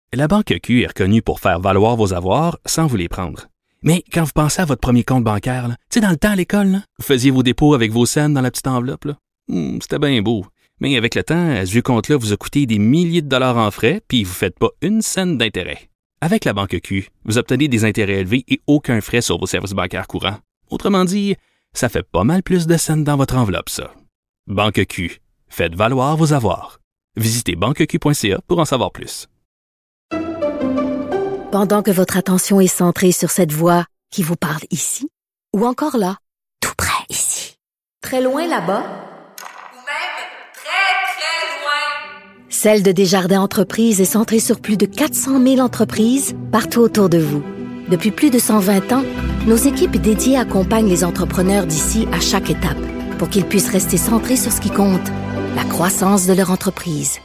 La Banque Q est reconnue pour faire valoir vos avoirs sans vous les prendre. Mais quand vous pensez à votre premier compte bancaire, tu sais, dans le temps à l'école, là, vous faisiez vos dépôts avec vos scènes dans la petite enveloppe. Là. C'était bien beau. Mais avec le temps, ce vieux compte-là vous a coûté des milliers de dollars en frais, puis vous ne faites pas une scène d'intérêt. Avec la Banque Q, vous obtenez des intérêts élevés et aucun frais sur vos services bancaires courants. Autrement dit, ça fait pas mal plus de scènes dans votre enveloppe, ça. Banque Q. Faites valoir vos avoirs. Visitez banqueq.ca pour en savoir plus. Pendant que votre attention est centrée sur cette voix qui vous parle ici, ou encore là, tout près ici, très loin là-bas, ou même très, très loin, Celle de Desjardins Entreprises est centrée sur plus de 400 000 entreprises partout autour de vous. Depuis plus de 120 ans, nos équipes dédiées accompagnent les entrepreneurs d'ici à chaque étape pour qu'ils puissent rester centrés sur ce qui compte, la croissance de leur entreprise.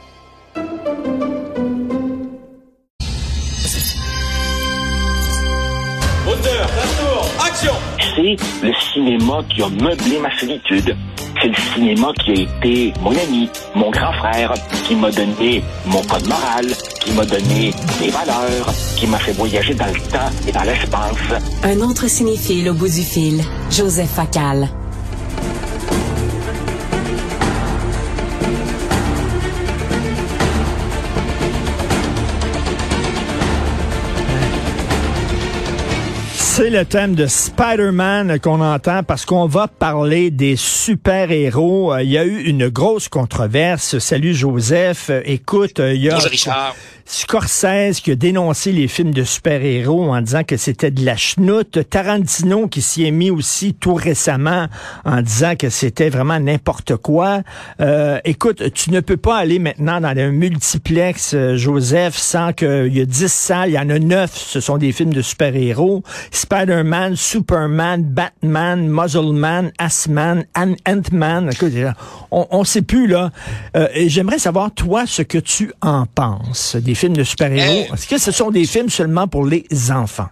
Moteur, ça tourne, action! C'est le cinéma qui a meublé ma solitude. C'est le cinéma qui a été mon ami, mon grand frère, qui m'a donné mon code moral, qui m'a donné des valeurs, qui m'a fait voyager dans le temps et dans l'espace. Un autre cinéphile au bout du fil, Joseph Facal. C'est le thème de Spider-Man qu'on entend parce qu'on va parler des super-héros. Il y a eu une grosse controverse. Salut Joseph. Écoute, il y a Bonjour Richard. Scorsese qui a dénoncé les films de super-héros en disant que c'était de la chenoute. Tarantino qui s'y est mis aussi tout récemment en disant que c'était vraiment n'importe quoi. Écoute, tu ne peux pas aller maintenant dans un multiplex, Joseph, sans qu'il y a 10 salles. Il y en a 9, ce sont des films de super-héros. Spider-Man, Superman, Batman, Muzzleman, Assman, Ant-Man. Écoute, on sait plus, là. Et j'aimerais savoir, toi, ce que tu en penses des films de super-héros. Est-ce que ce sont des films seulement pour les enfants?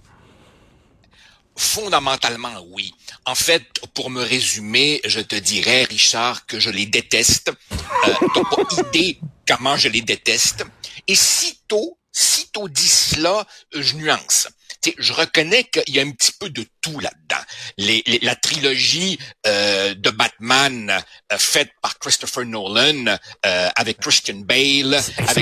Fondamentalement, oui. En fait, pour me résumer, je te dirais, Richard, que je les déteste. T'as pas idée comment je les déteste. Et sitôt dit cela, je nuance. T'sais, je reconnais qu'il y a un petit peu de tout là-dedans. La trilogie de Batman faite par Christopher Nolan avec Christian Bale,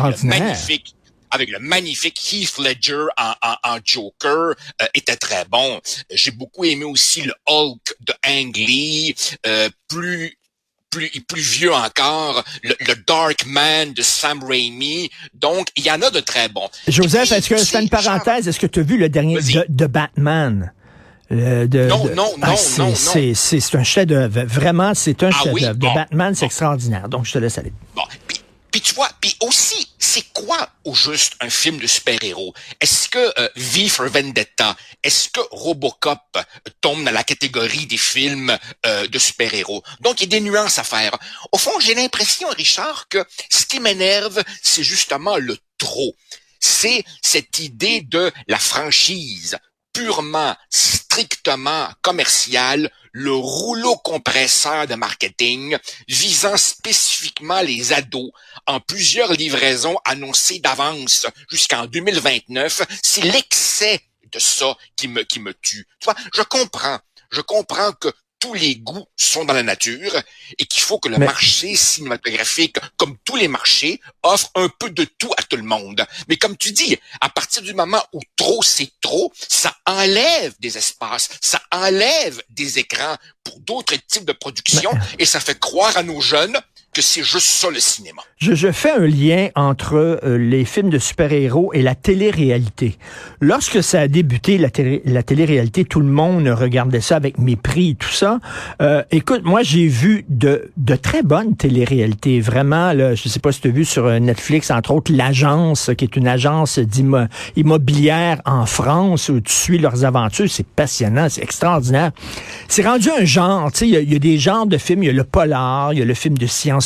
avec le magnifique Heath Ledger en Joker était très bon. J'ai beaucoup aimé aussi le Hulk de Ang Lee, plus vieux encore, le Dark Man de Sam Raimi. Donc, il y en a de très bons. Joseph, est-ce que c'est une parenthèse? Est-ce que tu as vu le dernier de Batman? Non. C'est un chef-d'œuvre. Vraiment, c'est un chef-d'œuvre. Oui? De Batman, c'est extraordinaire. Donc, je te laisse aller. Bon. Puis tu vois, puis aussi, c'est quoi au juste un film de super-héros? Est-ce que V for Vendetta, est-ce que Robocop tombe dans la catégorie des films de super-héros? Donc, il y a des nuances à faire. Au fond, j'ai l'impression, Richard, que ce qui m'énerve, c'est justement le trop. C'est cette idée de la franchise purement, strictement commerciale, le rouleau compresseur de marketing visant spécifiquement les ados en plusieurs livraisons annoncées d'avance jusqu'en 2029, c'est l'excès de ça qui me tue. Tu vois, je comprends que tous les goûts sont dans la nature et qu'il faut que le marché cinématographique, comme tous les marchés, offre un peu de tout à tout le monde. Mais comme tu dis, à partir du moment où trop c'est trop, ça enlève des espaces, ça enlève des écrans pour d'autres types de production et ça fait croire à nos jeunes que c'est juste ça le cinéma. Je fais un lien entre les films de super-héros et la télé-réalité. Lorsque ça a débuté, la télé-réalité, tout le monde regardait ça avec mépris et tout ça. Écoute, moi, j'ai vu de très bonnes télé-réalités. Vraiment, là, je sais pas si tu as vu sur Netflix, entre autres, l'Agence, qui est une agence immobilière en France où tu suis leurs aventures. C'est passionnant, c'est extraordinaire. C'est rendu un genre, tu sais, il y a des genres de films. Il y a le polar, il y a le film de science-fiction,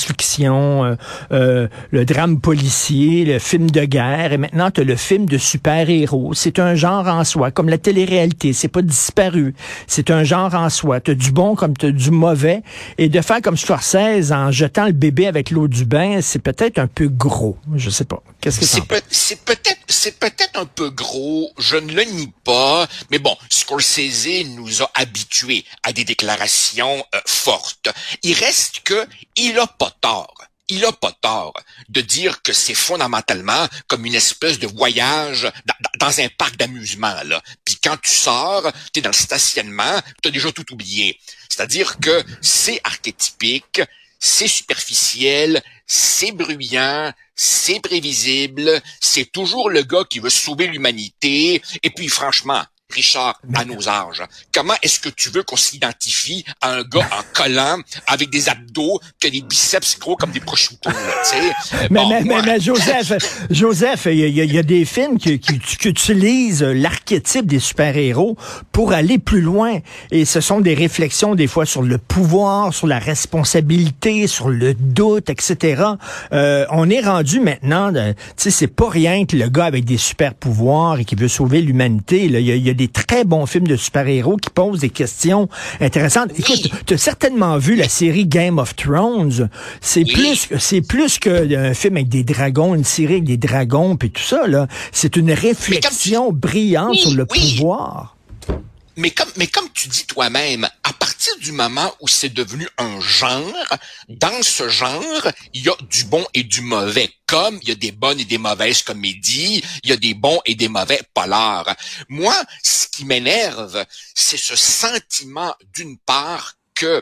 science-fiction, le drame policier, le film de guerre, et maintenant tu as le film de super-héros. C'est un genre en soi, comme la télé-réalité, c'est pas disparu. C'est un genre en soi. Tu as du bon comme tu as du mauvais, et de faire comme Scorsese en jetant le bébé avec l'eau du bain, c'est peut-être un peu gros. Je sais pas. Qu'est-ce que c'est peut-être un peu gros, je ne le nie pas, mais bon, Scorsese nous a habitués à des déclarations fortes. Il reste que il a pas tort. Il a pas tort de dire que c'est fondamentalement comme une espèce de voyage dans un parc d'amusement, là. Puis quand tu sors, t'es dans le stationnement, t'as déjà tout oublié. C'est-à-dire que c'est archétypique, c'est superficiel, c'est bruyant, c'est prévisible, c'est toujours le gars qui veut sauver l'humanité. Et puis franchement, Richard, à nos âges, comment est-ce que tu veux qu'on s'identifie à un gars en collant avec des abdos qui a des biceps gros comme des prosciuttos, tu sais? Mais Joseph, il y a des films qui utilisent l'archétype des super-héros pour aller plus loin. Et ce sont des réflexions des fois sur le pouvoir, sur la responsabilité, sur le doute, etc. On est rendu maintenant, tu sais, c'est pas rien que le gars avec des super-pouvoirs et qui veut sauver l'humanité. Il y a des très bons films de super-héros qui posent des questions intéressantes. Écoute, tu as certainement vu la série Game of Thrones. C'est plus qu'un film avec des dragons, une série avec des dragons puis tout ça, là. C'est une réflexion brillante sur le pouvoir. Mais comme tu dis toi-même, à partir du moment où c'est devenu un genre, dans ce genre, il y a du bon et du mauvais. Comme il y a des bonnes et des mauvaises comédies, il y a des bons et des mauvais polars. Moi, ce qui m'énerve, c'est ce sentiment, d'une part, que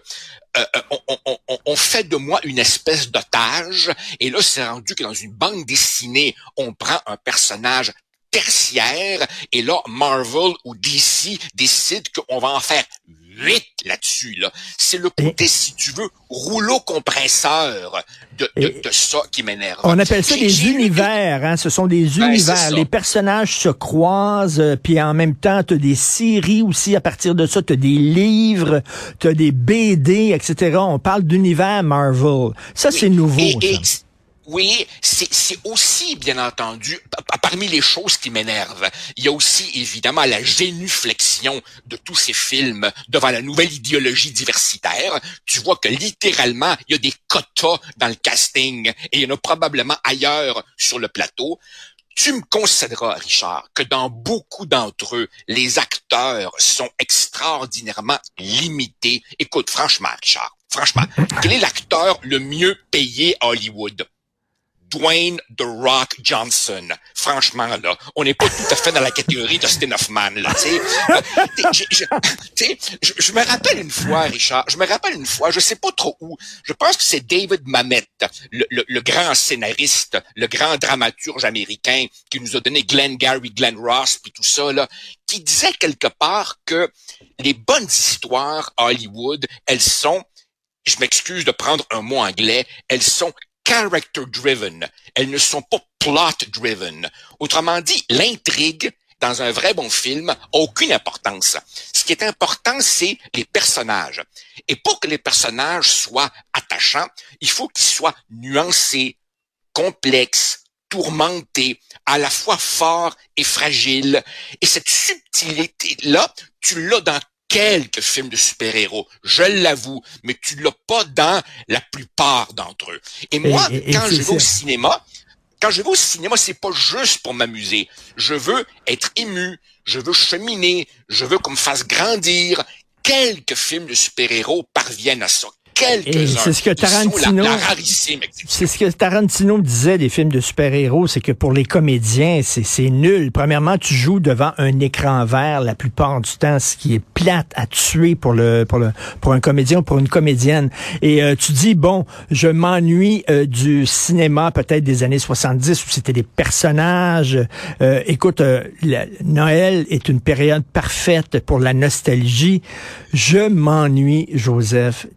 on fait de moi une espèce d'otage, et là, c'est rendu que dans une bande dessinée, on prend un personnage tertiaire, et là, Marvel ou DC décide qu'on va en faire 8 là-dessus, là. C'est le côté, si tu veux, rouleau compresseur de ça qui m'énerve. On appelle ça des univers, hein. Ce sont des univers. Les personnages se croisent, puis en même temps, t'as des séries aussi à partir de ça, t'as des livres, t'as des BD, etc. On parle d'univers Marvel. Ça, c'est nouveau, ça. Oui, c'est aussi, bien entendu, parmi les choses qui m'énervent, il y a aussi, évidemment, la génuflexion de tous ces films devant la nouvelle idéologie diversitaire. Tu vois que, littéralement, il y a des quotas dans le casting, et il y en a probablement ailleurs sur le plateau. Tu me concéderas, Richard, que dans beaucoup d'entre eux, les acteurs sont extraordinairement limités. Écoute, franchement, Richard, quel est l'acteur le mieux payé à Hollywood? Dwayne The Rock Johnson. Franchement, là, on n'est pas tout à fait dans la catégorie Dustin Hoffman, là, tu sais. Je me rappelle une fois, Richard, je sais pas trop où, je pense que c'est David Mamet, le grand scénariste, le grand dramaturge américain qui nous a donné Glengarry Glen Ross puis tout ça, là, qui disait quelque part que les bonnes histoires à Hollywood, elles sont, je m'excuse de prendre un mot anglais, elles sont character-driven. Elles ne sont pas plot-driven. Autrement dit, l'intrigue, dans un vrai bon film, a aucune importance. Ce qui est important, c'est les personnages. Et pour que les personnages soient attachants, il faut qu'ils soient nuancés, complexes, tourmentés, à la fois forts et fragiles. Et cette subtilité-là, tu l'as dans quelques films de super-héros, je l'avoue, mais tu l'as pas dans la plupart d'entre eux. Et moi, quand je vais au cinéma, c'est pas juste pour m'amuser. Je veux être ému, je veux cheminer, je veux qu'on me fasse grandir. Quelques films de super-héros parviennent à ça. Quelques-uns. C'est ce que Tarantino, c'est ce que Tarantino disait des films de super-héros, c'est que pour les comédiens, c'est nul. Premièrement, tu joues devant un écran vert la plupart du temps, ce qui est plate à tuer pour un comédien ou pour une comédienne. Et tu dis, bon, je m'ennuie du cinéma peut-être des années 70 où c'était des personnages. Écoute, Noël est une période parfaite pour la nostalgie. Je m'ennuie, Joseph, des cinémas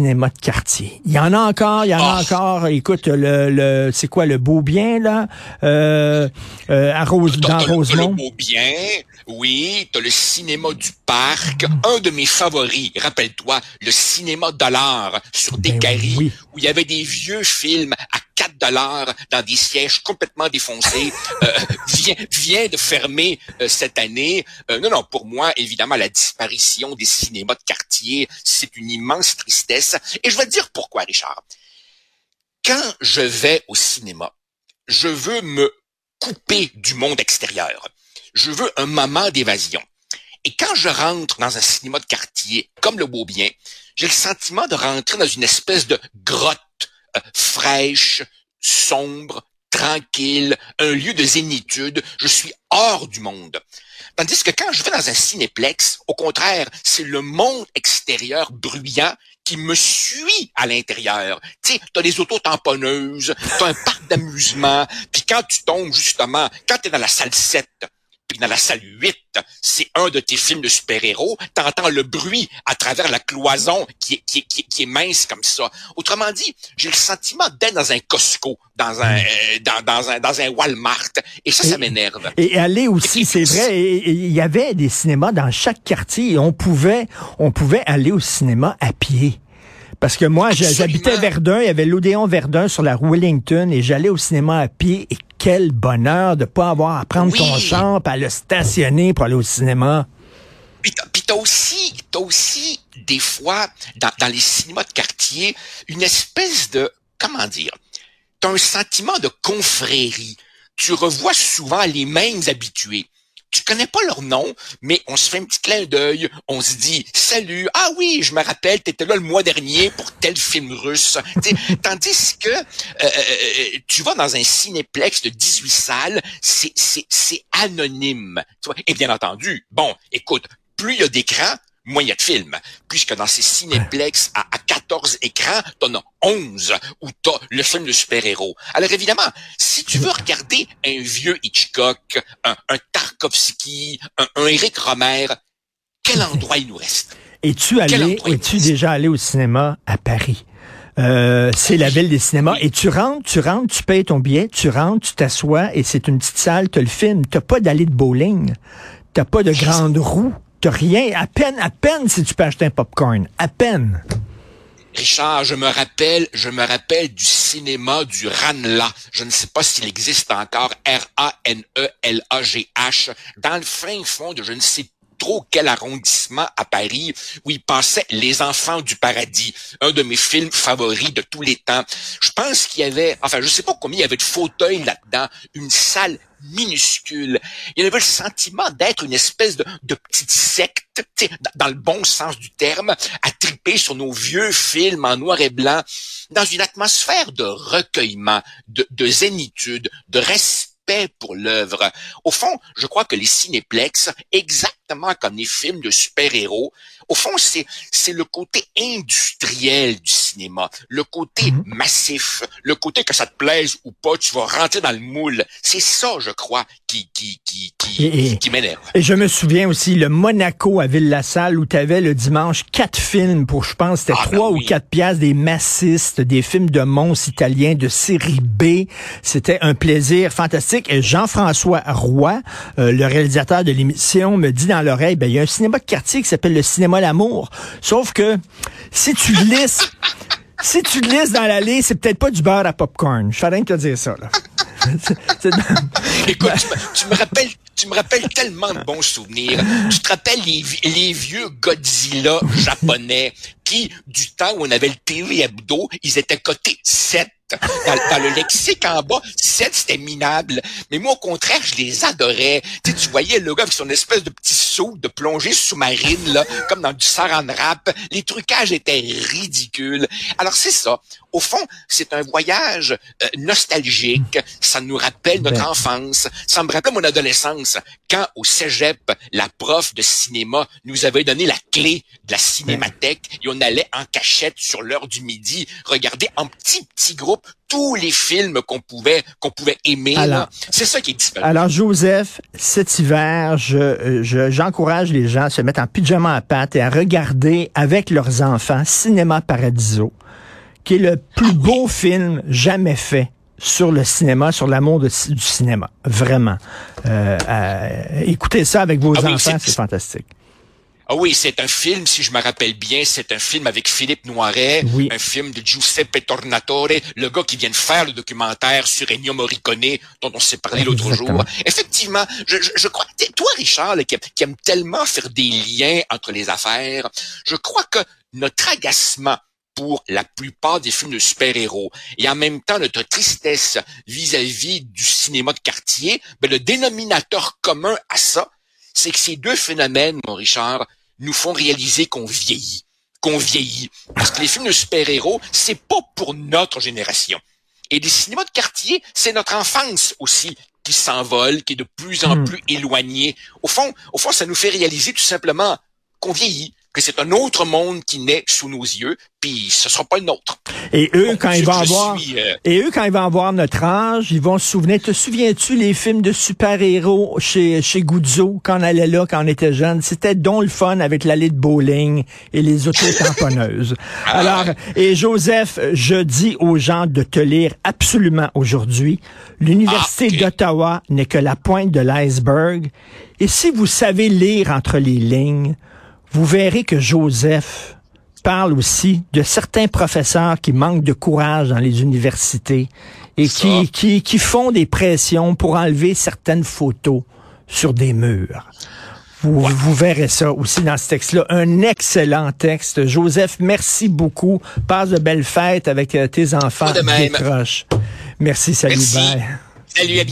cinéma de quartier. Il y en a encore, Écoute, c'est quoi, le Beaubien, là? Dans Rosemont. Le Beaubien, oui. T'as le cinéma du Parc. Un de mes favoris, rappelle-toi, le cinéma $, sur des carrés, oui. où il y avait des vieux films à $4 dans des sièges complètement défoncés, vient de fermer cette année. Non, pour moi, évidemment, la disparition des cinémas de quartier, c'est une immense tristesse. Et je vais te dire pourquoi, Richard. Quand je vais au cinéma, je veux me couper du monde extérieur. Je veux un moment d'évasion. Et quand je rentre dans un cinéma de quartier, comme le Beaubien, j'ai le sentiment de rentrer dans une espèce de grotte fraîche, sombre, tranquille, un lieu de zénitude. Je suis hors du monde. Tandis que quand je vais dans un cinéplex, au contraire, c'est le monde extérieur bruyant qui me suit à l'intérieur. Tu sais, t'as des auto-tamponneuses, t'as un parc d'amusement, puis quand tu tombes, justement, quand t'es dans la salle 7, puis dans la salle 8, c'est un de tes films de super-héros, t'entends le bruit à travers la cloison qui est mince comme ça. Autrement dit, j'ai le sentiment d'être dans un Costco, dans un Walmart, et ça m'énerve. Et aller aussi, c'est vrai, il y avait des cinémas dans chaque quartier et on pouvait aller au cinéma à pied. Parce que moi, j'habitais Verdun, il y avait l'Odéon Verdun sur la rue Wellington et j'allais au cinéma à pied et quel bonheur de pas avoir à prendre ton char et à le stationner pour aller au cinéma. Puis t'as aussi des fois dans les cinémas de quartier une espèce de, comment dire, t'as un sentiment de confrérie. Tu revois souvent les mêmes habitués. Tu connais pas leur nom, mais on se fait un petit clin d'œil, on se dit « Salut, ah oui, je me rappelle, t'étais là le mois dernier pour tel film russe. » Tandis que tu vas dans un cinéplex de 18 salles, c'est anonyme. Tu vois? Et bien entendu, bon, écoute, plus il y a d'écrans, moins il y a de films. Puisque dans ces cinéplex à 14 écrans, t'en as 11 où t'as le film de super-héros. Alors évidemment, si tu veux regarder un vieux Hitchcock, un Tarkovsky, un Éric Rohmer, quel endroit il nous reste? Es-tu déjà allé au cinéma à Paris? C'est la ville des cinémas. Et tu rentres, tu payes ton billet, tu rentres, tu t'assois et c'est une petite salle, t'as le film. T'as pas d'allée de bowling. T'as pas de grande roue. T'as rien. À peine si tu peux acheter un popcorn. À peine. Richard, je me rappelle du cinéma du Ranelagh. Je ne sais pas s'il existe encore. R-A-N-E-L-A-G-H. Dans le fin fond de je ne sais trop quel arrondissement à Paris où il passait Les Enfants du Paradis, un de mes films favoris de tous les temps. Je pense qu'il y avait, je sais pas combien il y avait de fauteuils là-dedans, une salle minuscule. Il y avait le sentiment d'être une espèce de petite secte, dans le bon sens du terme, à triper sur nos vieux films en noir et blanc, dans une atmosphère de recueillement, de zénitude, de respect pour l'œuvre. Au fond, je crois que les cinéplex, exactement comme les films de super-héros, au fond, c'est le côté industriel du cinéma, le côté massif, le côté que ça te plaise ou pas, tu vas rentrer dans le moule. C'est ça, je crois, qui m'énerve. Et je me souviens aussi, le Monaco à Ville-la-Salle où tu avais le dimanche 4 films pour, je pense, c'était 3 ou 4 piastres, des massistes, des films de monstres italiens de série B. C'était un plaisir fantastique. Et Jean-François Roy, le réalisateur de l'émission, me dit dans l'oreille, il y a un cinéma de quartier qui s'appelle le Cinéma L'Amour. Sauf que si tu lisses dans l'allée, c'est peut-être pas du beurre à popcorn. Je fais rien que te dire ça, là. Écoute, tu me rappelles tellement de bons souvenirs. Tu te rappelles les vieux Godzilla japonais qui, du temps où on avait le TV hebdo, ils étaient cotés 7. Dans le lexique en bas, 7, c'était minable. Mais moi, au contraire, je les adorais. Tu voyais le gars avec son espèce de petit saut de plongée sous-marine, là, comme dans du saran wrap. Les trucages étaient ridicules. Alors, c'est ça. Au fond, c'est un voyage nostalgique. Ça nous rappelle notre enfance. Ça me rappelle mon adolescence. Quand, au cégep, la prof de cinéma nous avait donné la clé de la cinémathèque et on allait en cachette sur l'heure du midi regarder en petits groupes tous les films qu'on pouvait aimer. Alors, c'est ça qui est disponible. Alors, Joseph, cet hiver, j'encourage les gens à se mettre en pyjama à pattes et à regarder avec leurs enfants Cinéma Paradiso, qui est le plus beau film jamais fait sur le cinéma, sur l'amour du cinéma. Vraiment. Écoutez ça avec vos enfants, c'est fantastique. Ah oui, c'est un film, si je me rappelle bien, c'est un film avec Philippe Noiret, un film de Giuseppe Tornatore, le gars qui vient de faire le documentaire sur Ennio Morricone, dont on s'est parlé l'autre jour. Effectivement, je crois que toi, Richard, là, qui aime tellement faire des liens entre les affaires, je crois que notre agacement pour la plupart des films de super-héros et en même temps notre tristesse vis-à-vis du cinéma de quartier, le dénominateur commun à ça, c'est que ces deux phénomènes, mon Richard, nous font réaliser qu'on vieillit. Parce que les films de super-héros, c'est pas pour notre génération. Et les cinémas de quartier, c'est notre enfance aussi qui s'envole, qui est de plus en plus éloignée. Au fond, ça nous fait réaliser tout simplement qu'on vieillit, que c'est un autre monde qui naît sous nos yeux, puis ce sera pas le nôtre. Et eux, quand ils vont avoir notre âge, ils vont se souvenir. Te souviens-tu les films de super-héros chez Guzzo, quand on allait là, quand on était jeune? C'était donc le fun avec l'allée de bowling et les auto-tamponneuses. Alors, et Joseph, je dis aux gens de te lire absolument aujourd'hui. L'Université d'Ottawa n'est que la pointe de l'iceberg. Et si vous savez lire entre les lignes, vous verrez que Joseph parle aussi de certains professeurs qui manquent de courage dans les universités et qui font des pressions pour enlever certaines photos sur des murs. Vous verrez ça aussi dans ce texte-là. Un excellent texte. Joseph, merci beaucoup. Passe de belles fêtes avec tes enfants. De même. Décroche. Merci, salut, bye. Salut, à bientôt.